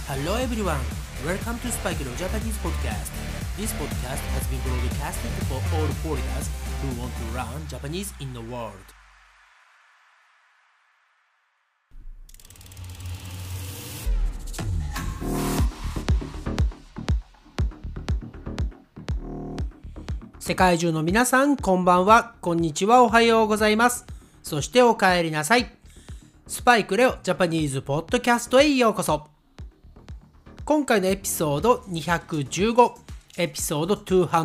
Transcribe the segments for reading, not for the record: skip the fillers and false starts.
Hello everyone, welcome to Spike Leo Japanese Podcast. This podcast has been broadcasted for all foreigners who want to learn Japanese in the world. 世界中の皆さん、こんばんは、こんにちは、おはようございます。そしてお帰りなさい。スパイクレオジャパニーズポッドキャストへようこそ。今回のエピソード215、エピソード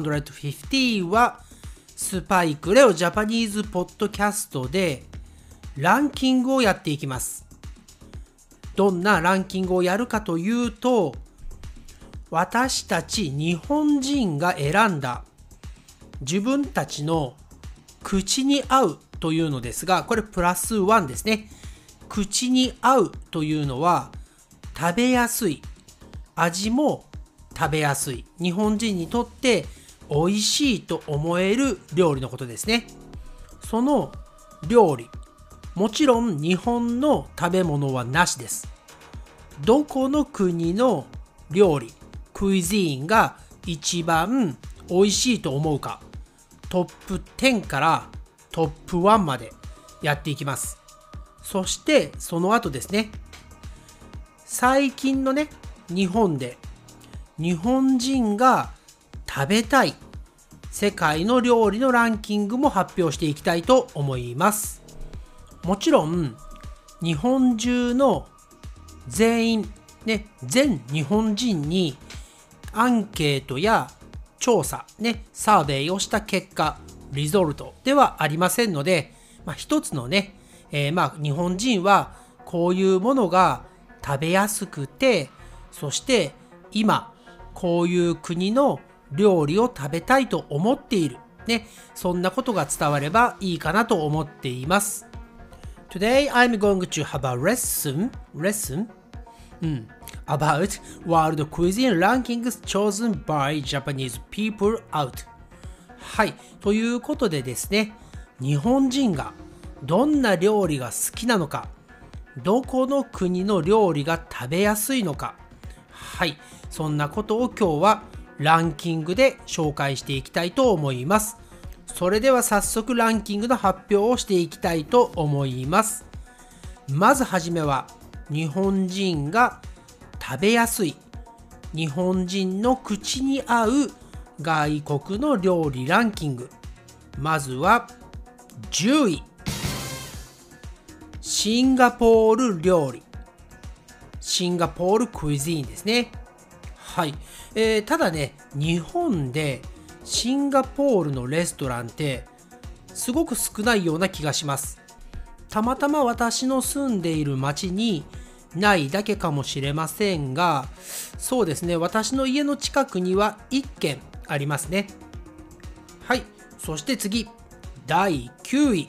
250は、スパイクレオジャパニーズポッドキャストでランキングをやっていきます。どんなランキングをやるかというと、私たち日本人が選んだ自分たちの口に合うというのですが、これプラス1ですね。口に合うというのは食べやすい、味も食べやすい、日本人にとって美味しいと思える料理のことですね。その料理、もちろん日本の食べ物はなしです。どこの国の料理、クイズインが一番美味しいと思うか、トップ10からトップ1までやっていきます。そしてその後ですね、最近のね、日本で日本人が食べたい世界の料理のランキングも発表していきたいと思います。もちろん日本中の全員ね、全日本人にアンケートや調査ね、サーベイをした結果、リゾルトではありませんので、一つのね、日本人はこういうものが食べやすくて、そして今こういう国の料理を食べたいと思っているね、そんなことが伝わればいいかなと思っています。Today I'm going to have a lesson about world cuisine rankings chosen by Japanese people out。 はい、ということでですね、日本人がどんな料理が好きなのか、どこの国の料理が食べやすいのか、はい、そんなことを今日はランキングで紹介していきたいと思います。それでは早速ランキングの発表をしていきたいと思います。まずはじめは日本人が食べやすい、日本人の口に合う外国の料理ランキング。まずは10位、シンガポール料理、シンガポールクイズインですね。はい、ただね、日本でシンガポールのレストランってすごく少ないような気がします。たまたま私の住んでいる町にないだけかもしれませんが、そうですね、私の家の近くには1軒ありますね。はい、そして次、第9位、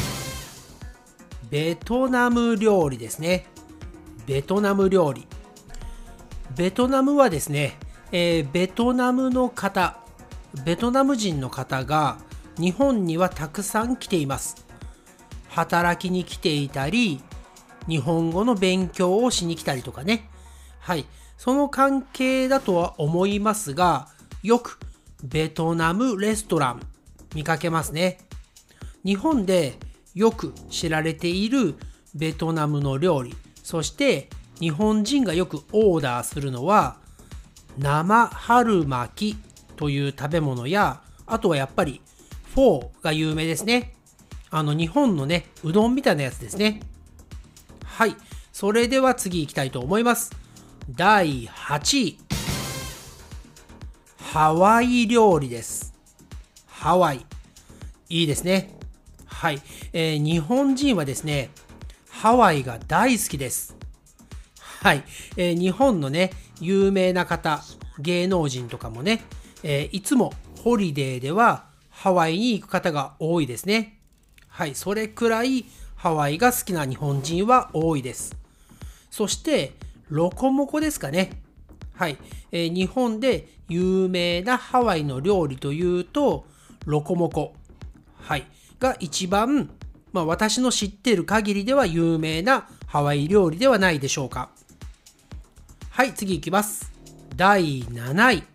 ベトナム料理ですね。ベトナム料理。ベトナムはですね、ベトナムの方、ベトナム人の方が日本にはたくさん来ています。働きに来ていたり、日本語の勉強をしに来たりとかね。はい、その関係だとは思いますが、よくベトナムレストラン見かけますね。日本でよく知られているベトナムの料理、そして日本人がよくオーダーするのは生春巻きという食べ物や、あとはやっぱりフォーが有名ですね。日本のね、うどんみたいなやつですね。はい、それでは次行きたいと思います。第8位、ハワイ料理です。ハワイ、いいですね。はい、日本人はですね、ハワイが大好きです。はい、日本のね、有名な方、芸能人とかもね、いつもホリデーではハワイに行く方が多いですね。はい、それくらいハワイが好きな日本人は多いです。そしてロコモコですかね。はい、日本で有名なハワイの料理というとロコモコ、はい、が一番、私の知っている限りでは有名なハワイ料理ではないでしょうか。 はい、次いきます。第7位。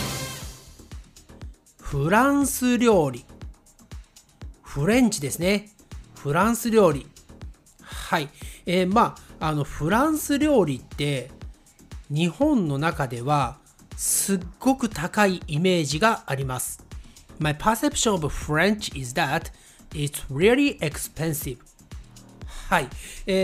フランス料理。フレンチですね。フランス料理。はい。フランス料理って日本の中ではすっごく高いイメージがあります。My perception of French is that it's really expensive. はい。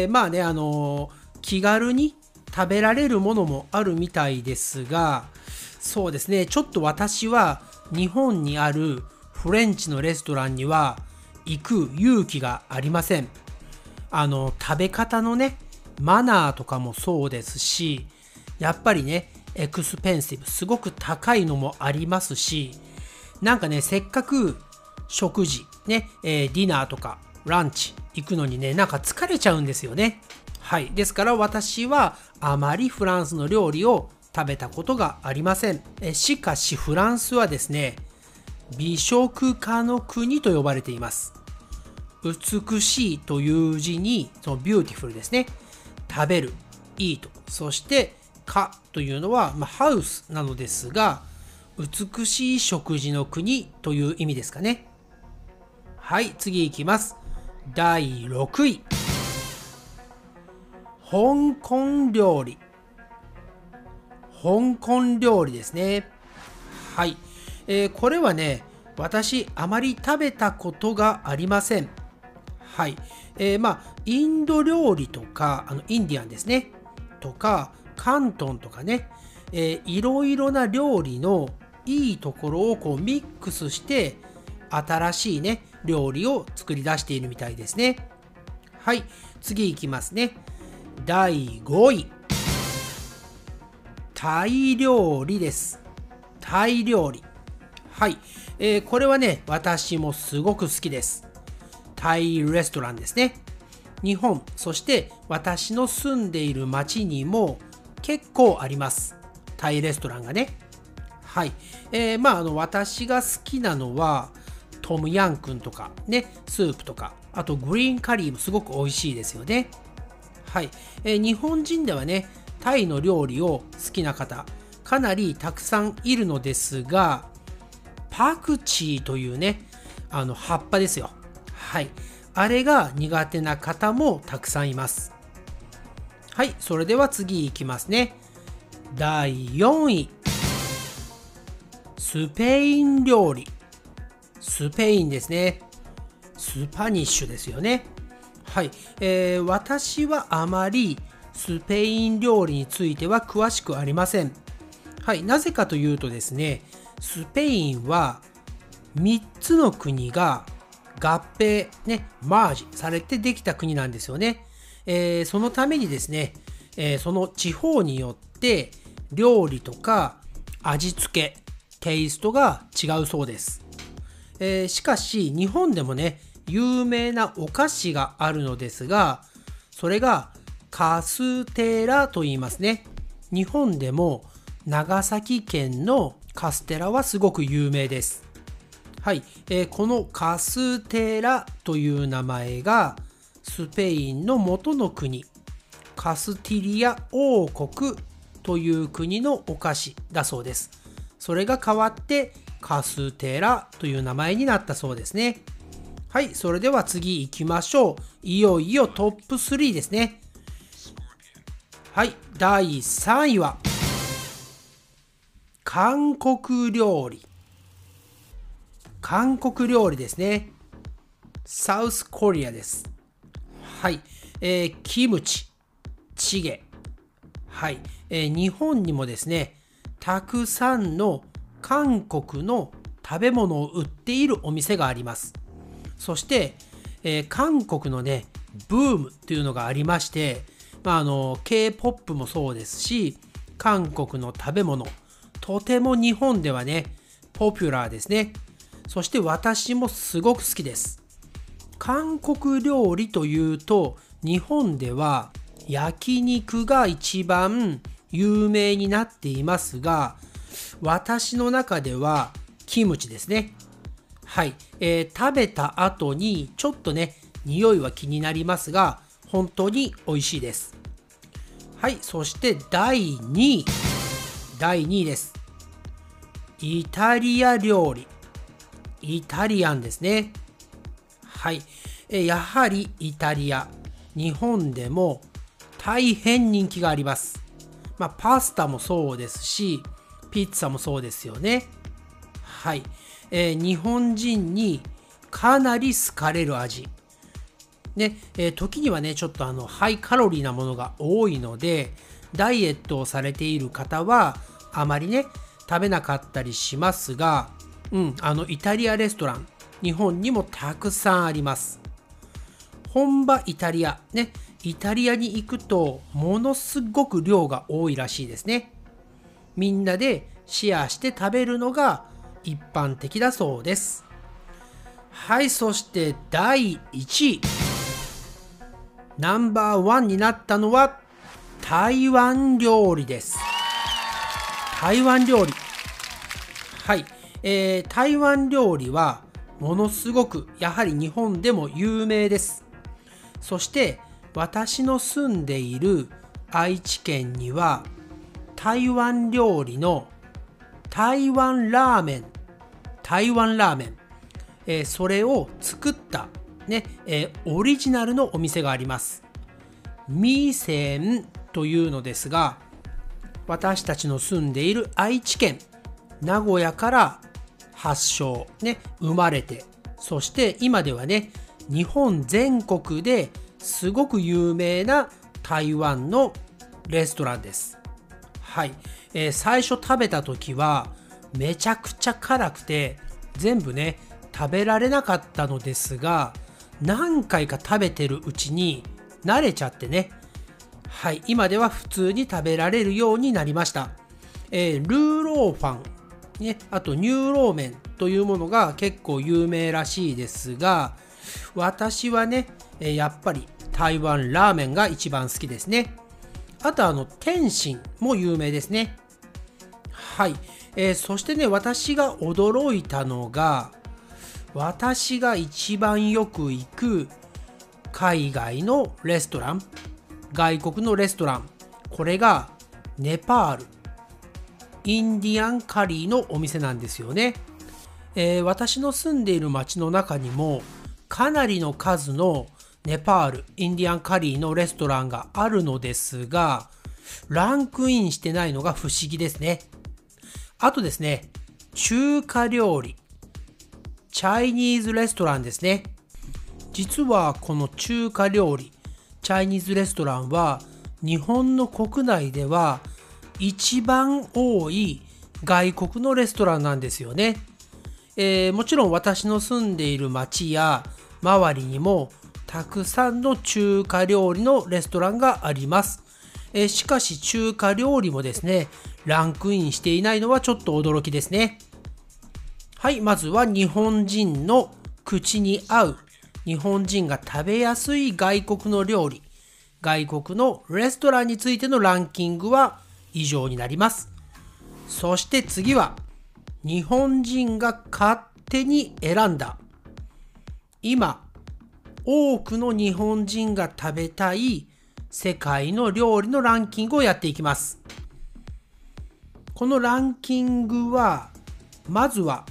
気軽に食べられるものもあるみたいですが、そうですね、ちょっと私は日本にあるフレンチのレストランには行く勇気がありません。食べ方のね、マナーとかもそうですし、やっぱりね、エクスペンシブ、すごく高いのもありますし、なんかね、せっかく食事、ね、ディナーとかランチ行くのにね、なんか疲れちゃうんですよね。はい。ですから私はあまりフランスの料理を食べたことがありません。しかしフランスはですね、美食家の国と呼ばれています。美しいという字に、そのビューティフルですね。食べる、イート。そして家というのは、ハウスなのですが、美しい食事の国という意味ですかね。はい、次いきます。第6位。香港料理。香港料理ですね。はい。これはね、私あまり食べたことがありません。はい。インド料理とか、インディアンですね。とか、広東とかね、いろいろな料理のいいところをこうミックスして、新しいね、料理を作り出しているみたいですね。はい。次いきますね。第5位。タイ料理です。タイ料理。はい。これはね、私もすごく好きです。タイレストランですね。日本、そして私の住んでいる町にも結構あります。タイレストランがね。はい。私が好きなのは、トムヤンクンとかね、スープとか、あとグリーンカリーもすごく美味しいですよね。はい。日本人ではね、タイの料理を好きな方、かなりたくさんいるのですが、パクチーというね、葉っぱですよ。はい。あれが苦手な方もたくさんいます。はい。それでは次いきますね。第4位。スペイン料理。スペインですね。スパニッシュですよね。はい。私はあまりスペイン料理については詳しくありません。はい。なぜかというとですね、スペインは3つの国が合併、ね、マージされてできた国なんですよね。そのためにですね、その地方によって料理とか味付け、テイストが違うそうです。しかし日本でもね、有名なお菓子があるのですが、それがカステラと言いますね。日本でも長崎県のカステラはすごく有名です。はい、このカステラという名前がスペインの元の国、カスティリア王国という国のお菓子だそうです。それが変わってカステラという名前になったそうですね。はい、それでは次行きましょう。いよいよトップ3ですね。はい、第3位は韓国料理。韓国料理ですね。サウスコリアです。はい、キムチ、チゲ。はい、日本にもですね、たくさんの韓国の食べ物を売っているお店があります。そして、韓国のね、ブームというのがありまして、K-POP もそうですし、韓国の食べ物、とても日本ではね、ポピュラーですね。そして私もすごく好きです。韓国料理というと、日本では焼肉が一番有名になっていますが、私の中ではキムチですね。はい、食べた後にちょっとね、匂いは気になりますが、本当に美味しいです。 はい、そして第2位です。イタリア料理。イタリアンですね。はい。やはりイタリア、日本でも大変人気があります。パスタもそうですし、ピッツァもそうですよね。はい。日本人にかなり好かれる味。ね、時にはね、ちょっとハイカロリーなものが多いので、ダイエットをされている方は、あまりね、食べなかったりしますが、イタリアレストラン、日本にもたくさんあります。本場イタリア、ね、イタリアに行くと、ものすごく量が多いらしいですね。みんなでシェアして食べるのが一般的だそうです。はい、そして第1位。ナンバーワンになったのは台湾料理です。台湾料理。はい、台湾料理はものすごくやはり日本でも有名です。そして私の住んでいる愛知県には台湾料理の台湾ラーメン、それを作ったね、オリジナルのお店があります。ミーセンというのですが、私たちの住んでいる愛知県、名古屋から発祥、ね、生まれて、そして今ではね、日本全国ですごく有名な台湾のレストランです。はい、最初食べた時はめちゃくちゃ辛くて全部ね食べられなかったのですが、何回か食べてるうちに慣れちゃってね、はい、今では普通に食べられるようになりました。ルーローファン、ね、あとニューローメンというものが結構有名らしいですが、私はね、やっぱり台湾ラーメンが一番好きですね。あと天津も有名ですね。はい、そしてね、私が驚いたのが、私が一番よく行く海外のレストラン、外国のレストラン、これがネパールインディアンカリーのお店なんですよね。私の住んでいる町の中にもかなりの数のネパールインディアンカリーのレストランがあるのですが、ランクインしてないのが不思議ですね。あとですね、中華料理、チャイニーズレストランですね。実はこの中華料理、チャイニーズレストランは日本の国内では一番多い外国のレストランなんですよね。もちろん私の住んでいる町や周りにもたくさんの中華料理のレストランがあります。しかし中華料理もですね、ランクインしていないのはちょっと驚きですね。はい、まずは日本人の口に合う、日本人が食べやすい外国の料理、外国のレストランについてのランキングは以上になります。そして次は日本人が勝手に選んだ、今多くの日本人が食べたい世界の料理のランキングをやっていきます。このランキングはまずは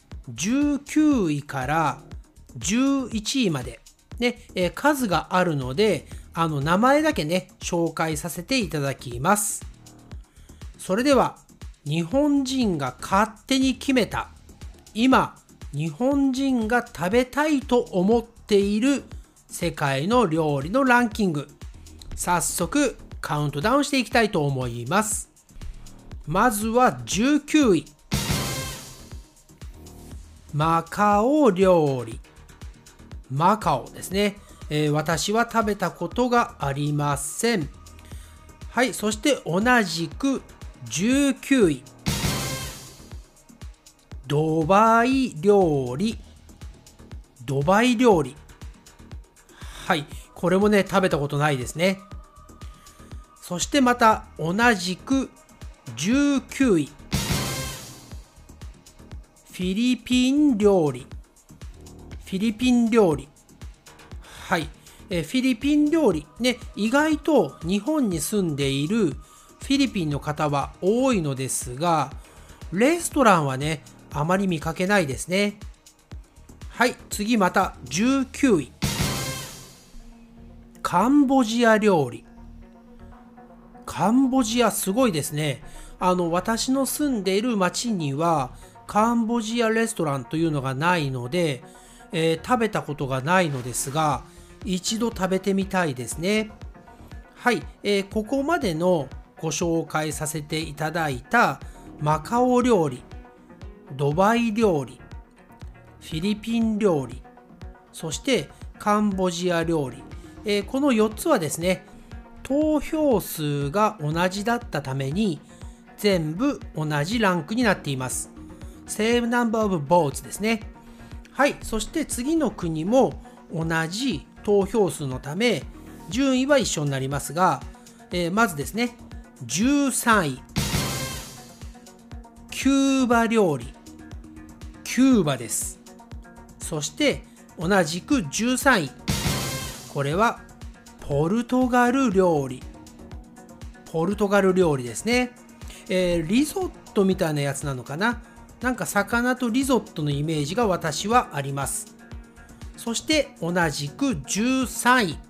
19位から11位まで、ね、数があるので名前だけね紹介させていただきます。それでは日本人が勝手に決めた、今日本人が食べたいと思っている世界の料理のランキング、早速カウントダウンしていきたいと思います。まずは19位、マカオ料理。マカオですね。私は食べたことがありません。はい、そして同じく19位、ドバイ料理。ドバイ料理。はい、これもね食べたことないですね。そしてまた同じく19位、フィリピン料理。フィリピン料理。はい、 フィリピン料理、ね、意外と日本に住んでいるフィリピンの方は多いのですが、レストランはね、あまり見かけないですね。はい、次また19位。カンボジア料理。カンボジアすごいですね。私の住んでいる町にはカンボジアレストランというのがないので、食べたことがないのですが、一度食べてみたいですね。はい、ここまでのご紹介させていただいたマカオ料理、ドバイ料理、フィリピン料理、そしてカンボジア料理、この4つはですね、投票数が同じだったために全部同じランクになっています。Same number of votes ですね。はい、そして次の国も同じ投票数のため順位は一緒になりますが、まずですね、13位、キューバ料理、キューバです。そして同じく13位、これはポルトガル料理、ポルトガル料理ですね。リゾットみたいなやつなのかな。なんか魚とリゾットのイメージが私はあります。そして同じく13位、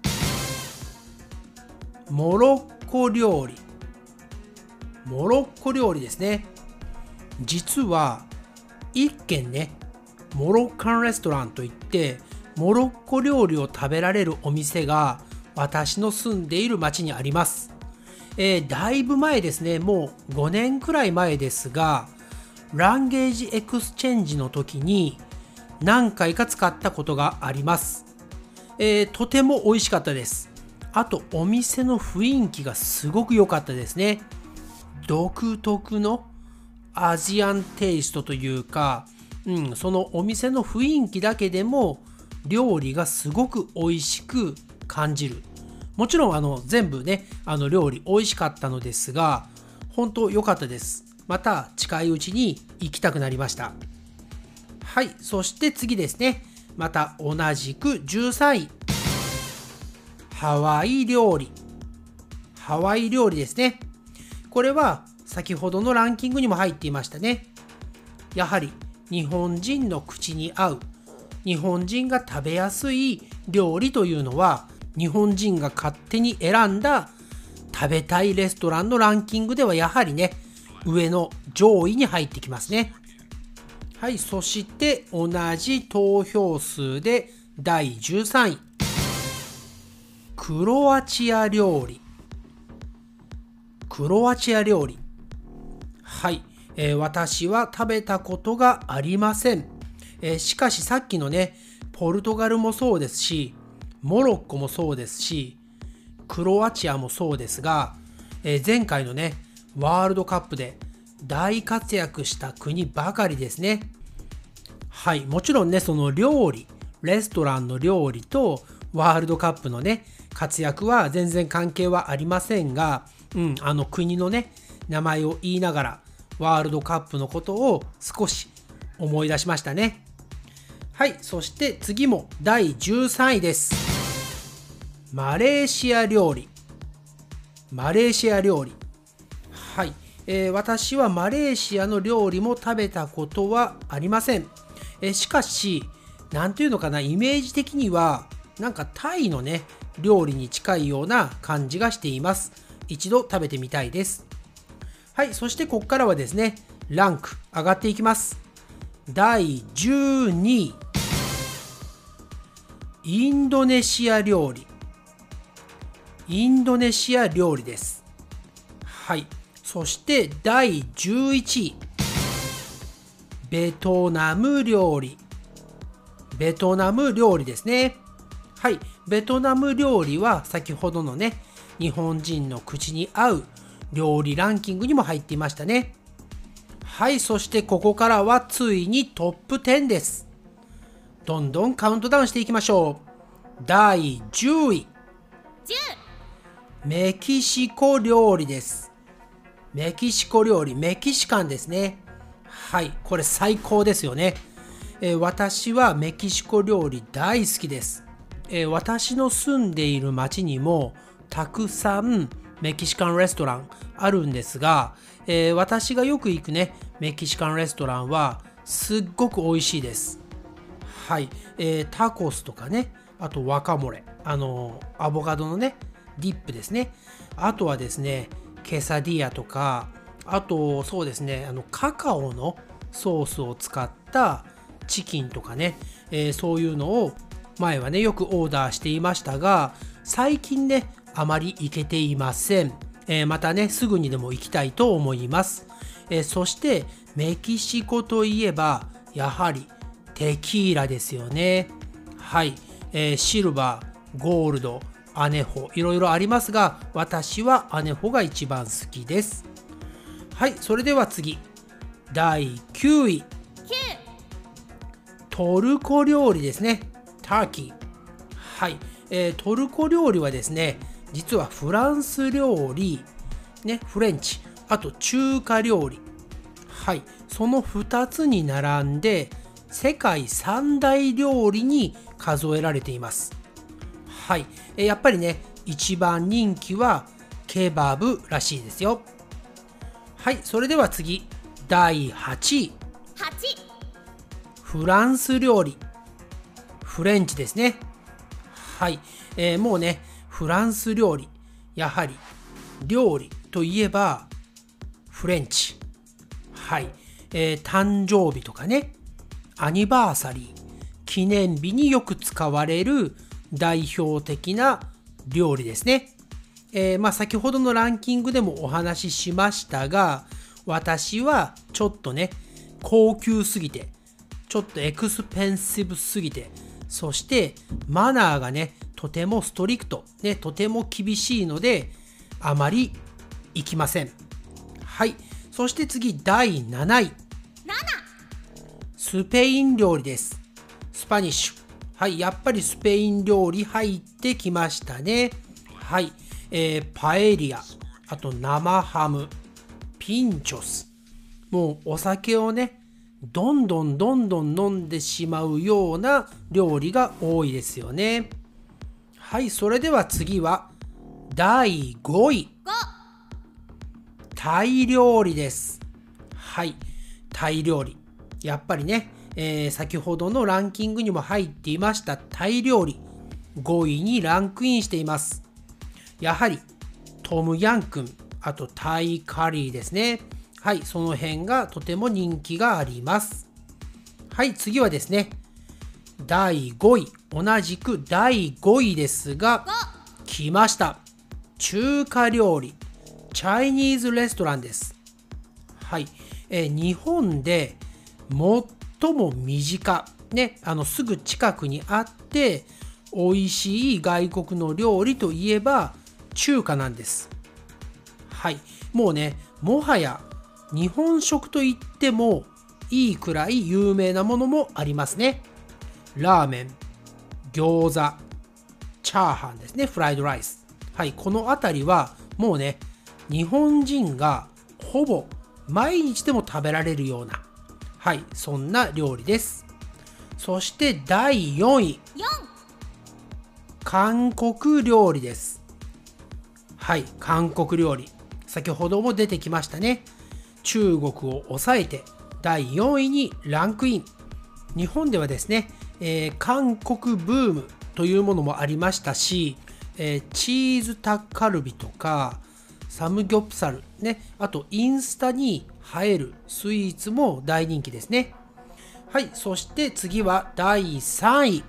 モロッコ料理、モロッコ料理ですね。実は一軒ね、モロッカンレストランといってモロッコ料理を食べられるお店が私の住んでいる町にあります。だいぶ前ですね、もう5年くらい前ですが、ランゲージエクスチェンジの時に何回か使ったことがあります。とても美味しかったです。あとお店の雰囲気がすごく良かったですね。独特のアジアンテイストというか、そのお店の雰囲気だけでも料理がすごく美味しく感じる。もちろん全部ね、料理美味しかったのですが、本当良かったです。また近いうちに行きたくなりました。はい、そして次ですね、また同じく13位、ハワイ料理、ハワイ料理ですね。これは先ほどのランキングにも入っていましたね。やはり日本人の口に合う、日本人が食べやすい料理というのは、日本人が勝手に選んだ食べたいレストランのランキングではやはりね、上の上位に入ってきますね。はい、そして同じ投票数で第13位、クロアチア料理、クロアチア料理。はい、私は食べたことがありません。しかしさっきのね、ポルトガルもそうですし、モロッコもそうですし、クロアチアもそうですが、前回のね、ワールドカップで大活躍した国ばかりですね。はい、もちろんね、その料理、レストランの料理とワールドカップのね、活躍は全然関係はありませんが、国のね、名前を言いながらワールドカップのことを少し思い出しましたね。はい、そして次も第13位です。マレーシア料理。マレーシア料理。はい、私はマレーシアの料理も食べたことはありません。しかし、なんていうのかな、イメージ的にはなんかタイのね、料理に近いような感じがしています。一度食べてみたいです。はい、そしてここからはですね、ランク上がっていきます。第12位、インドネシア料理。インドネシア料理です。はい、そして第11位、ベトナム料理。ベトナム料理ですね。はい、ベトナム料理は先ほどのね、日本人の口に合う料理ランキングにも入っていましたね。はい、そしてここからはついにトップ10です。どんどんカウントダウンしていきましょう。第10位、メキシコ料理です。メキシコ料理、メキシカンですね。はい、これ最高ですよね。私はメキシコ料理大好きです。 私の住んでいる町にもたくさんメキシカンレストランあるんですが、私がよく行くねメキシカンレストランはすっごく美味しいです。はい、タコスとかね、あとワカモレ、アボカドのねディップですね。あとはですねケサディアとか、あとそうですねカカオのソースを使ったチキンとかね、そういうのを前はねよくオーダーしていましたが、最近ねあまり行けていません。またねすぐにでも行きたいと思います。そしてメキシコといえばやはりテキーラですよね。はい、シルバー、ゴールド、アネホ、いろいろありますが、私はアネホが一番好きです。はい、それでは次、第9位。トルコ料理ですね。ターキー。はい、トルコ料理はですね、実はフランス料理、ね、フレンチ、あと中華料理。はい、その2つに並んで、世界三大料理に数えられています。はい、やっぱりね、一番人気はケバブらしいですよ。はい、それでは次、第8位。フランス料理。フレンチですね。はい、もうね、フランス料理。やはり、料理といえば、フレンチ。はい、誕生日とかね、アニバーサリー、記念日によく使われる代表的な料理ですね。先ほどのランキングでもお話ししましたが、私はちょっとね、高級すぎて、ちょっとエクスペンシブすぎて、そしてマナーがね、とてもストリクト、ね、とても厳しいので、あまり行きません。はい。そして次、第7位。スペイン料理です。スパニッシュ。はい。やっぱりスペイン料理入ってきましたね。はい。パエリア。あと生ハム。ピンチョス。もうお酒をね、どんどん飲んでしまうような料理が多いですよね。はい。それでは次は、第5位。タイ料理です。はい。タイ料理。やっぱりね、先ほどのランキングにも入っていましたタイ料理。5位にランクインしています。やはり、トムヤンクン、あとタイカリーですね。はい。その辺がとても人気があります。はい。次はですね、第5位。同じく第5位ですが、来ました。中華料理。チャイニーズレストランです。はい。日本で最も身近、ね、すぐ近くにあって、美味しい外国の料理といえば中華なんです。はい。もうね、もはや日本食と言ってもいいくらい有名なものもありますね。ラーメン、餃子、チャーハンですね、フライドライス。はい。このあたりはもうね、日本人がほぼ毎日でも食べられるような、はい、そんな料理です。そして第4位。韓国料理です。はい、韓国料理。先ほども出てきましたね。中国を抑えて第4位にランクイン。日本ではですね、韓国ブームというものもありましたし、チーズタッカルビとか、サムギョプサル、ね、あとインスタに映えるスイーツも大人気ですね。はい、そして次は第3位。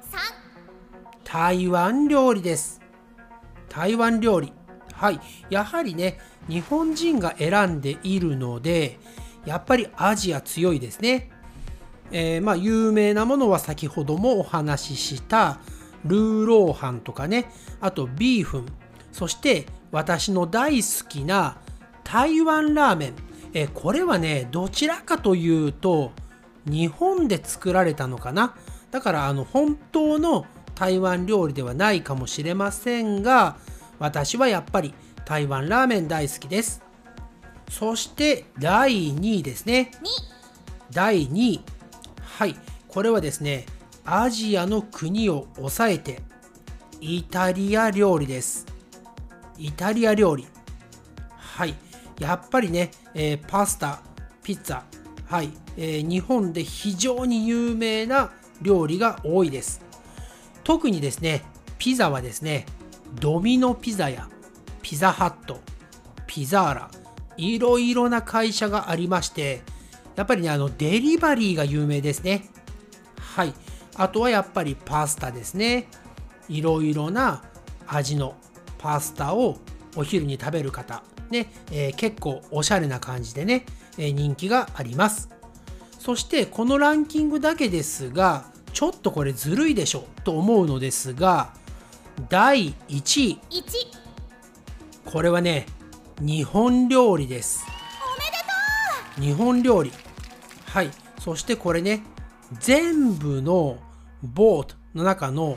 台湾料理です。台湾料理。はい、やはりね、日本人が選んでいるので、やっぱりアジア強いですね。有名なものは先ほどもお話ししたルーローハンとかね、あとビーフン、そして私の大好きな台湾ラーメン。これはね、どちらかというと日本で作られたのかな。だから本当の台湾料理ではないかもしれませんが、私はやっぱり台湾ラーメン大好きです。そして第2位ですね。第2位。はい。これはですね、 アジアの国を抑えてイタリア料理です。イタリア料理。はい。やっぱりね、パスタ、ピッツァ、はい、日本で非常に有名な料理が多いです。特にですね、ピザはですね、ドミノピザやピザハット、ピザーラ、いろいろな会社がありまして、やっぱりね、デリバリーが有名ですね。はい。あとはやっぱりパスタですね。いろいろな味のパスタをお昼に食べる方、ね、結構おしゃれな感じでね、人気があります。そしてこのランキングだけですが、ちょっとこれずるいでしょと思うのですが、第1位。これはね、日本料理です。 おめでとう。日本料理。はい。そしてこれね、全部のボートの中の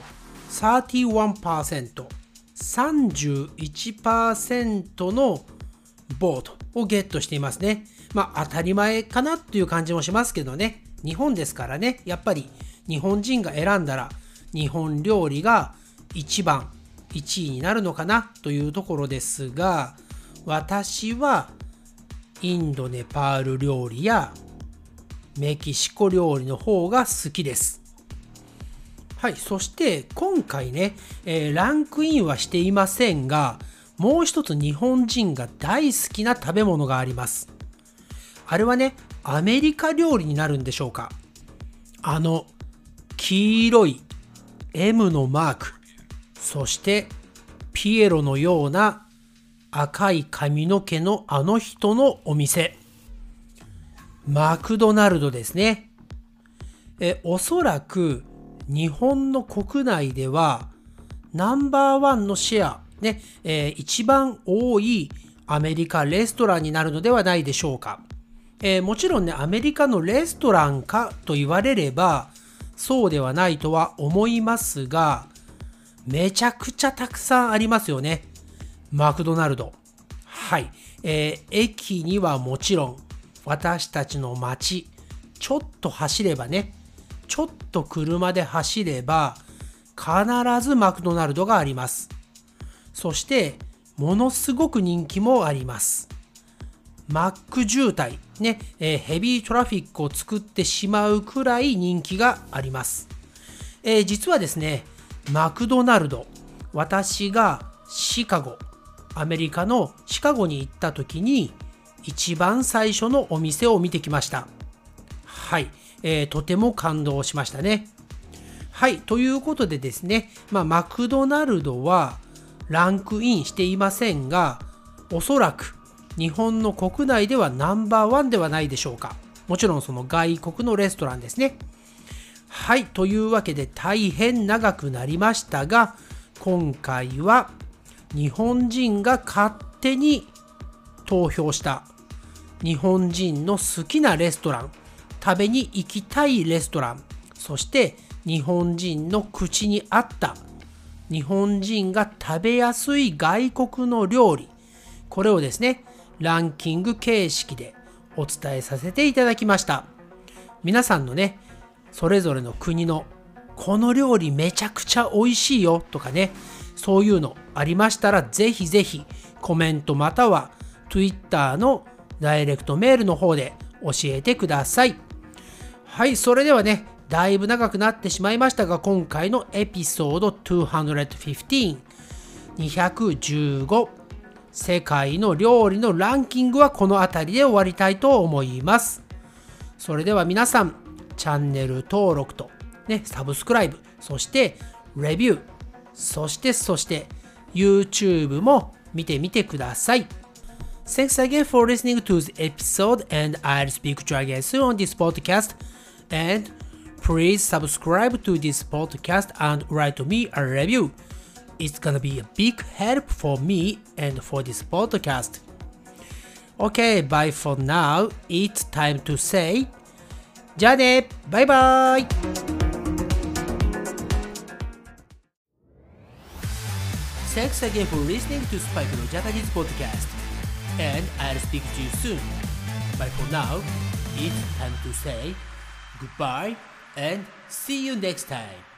31%、31% のボートをゲットしていますね。まあ当たり前かなっていう感じもしますけどね。日本ですからね。やっぱり日本人が選んだら日本料理が1位になるのかなというところですが、私はインドネパール料理やメキシコ料理の方が好きです。はい。そして今回ね、ランクインはしていませんが、もう一つ日本人が大好きな食べ物があります。あれはね、アメリカ料理になるんでしょうか。黄色い M のマーク、そしてピエロのような赤い髪の毛のあの人のお店。マクドナルドですね。おそらく日本の国内ではナンバーワンのシェア、ね、一番多いアメリカレストランになるのではないでしょうか。もちろんね、アメリカのレストランかと言われればそうではないとは思いますが、めちゃくちゃたくさんありますよね。マクドナルド。はい。駅にはもちろん、私たちの街、ちょっと走ればね、ちょっと車で走れば、必ずマクドナルドがあります。そして、ものすごく人気もあります。マック渋滞、ね、ヘビートラフィックを作ってしまうくらい人気があります。実はですね、マクドナルド、私がシカゴ、アメリカのシカゴに行った時に一番最初のお店を見てきました。はい、とても感動しましたね。はい、ということでですね、マクドナルドはランクインしていませんが、おそらく日本の国内ではナンバーワンではないでしょうか。もちろんその外国のレストランですね。はい、というわけで大変長くなりましたが、今回は日本人が勝手に投票した日本人の好きなレストラン、食べに行きたいレストラン、そして日本人の口に合った日本人が食べやすい外国の料理、これをですね、ランキング形式でお伝えさせていただきました。皆さんのね、それぞれの国のこの料理めちゃくちゃ美味しいよとかね、そういうのありましたら、ぜひぜひコメントまたは Twitter のダイレクトメールの方で教えてください。はい、それではね、だいぶ長くなってしまいましたが、今回のエピソード215、215、世界の料理のランキングはこの辺りで終わりたいと思います。それでは皆さん、チャンネル登録と、ね、サブスクライブ、そしてレビュー、そして YouTube も見てみてください。Thanks again for listening to the episode, and I'll speak to you again soon on this podcast. And please subscribe to this podcast and write me a review. It's gonna be a big help for me and for this podcast. Okay, bye for now. It's time to say じゃあね、バイバイ。Thanks again for listening to Spike no Japanese podcast, and I'll speak to you soon. But for now, it's time to say goodbye and see you next time.